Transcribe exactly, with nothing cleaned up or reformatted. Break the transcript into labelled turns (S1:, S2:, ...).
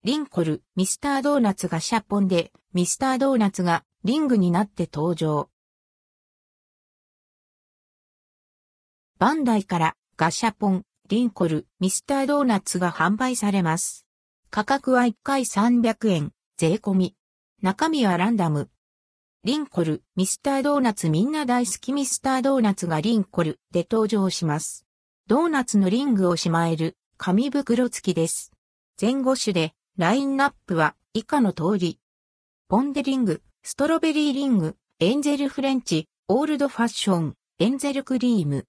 S1: リンコル、ミスタードーナツがシャポンで、ミスタードーナツがリングになって登場。バンダイからガシャポン、リンコル、ミスタードーナツが販売されます。価格はいっかいさんびゃくえん、税込み。中身はランダム。リンコル、ミスタードーナツみんな大好きミスタードーナツがリンコルで登場します。ドーナツのリングをしまえる紙袋付きです。全ご種でラインナップは以下の通り。ポンデリング、ストロベリーリング、エンゼルフレンチ、オールドファッション、エンゼルクリーム。